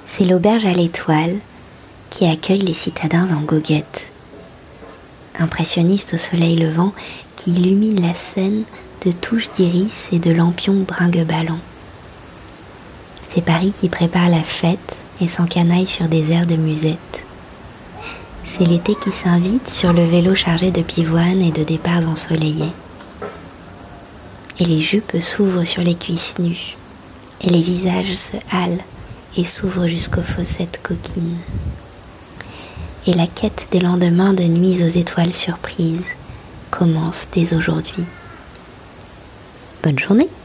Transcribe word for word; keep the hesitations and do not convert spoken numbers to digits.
C'est l'auberge à l'étoile qui accueille les citadins en goguette. Impressionniste au soleil levant qui illumine la scène de touches d'iris et de lampions bringue-ballants. C'est Paris qui prépare la fête et s'encanaille sur des airs de musette. C'est l'été qui s'invite sur le vélo chargé de pivoine et de départs ensoleillés. Et les jupes s'ouvrent sur les cuisses nues, et les visages se halent et s'ouvrent jusqu'aux fossettes coquines. Et la quête des lendemains de nuits aux étoiles surprises commence dès aujourd'hui. Bonne journée!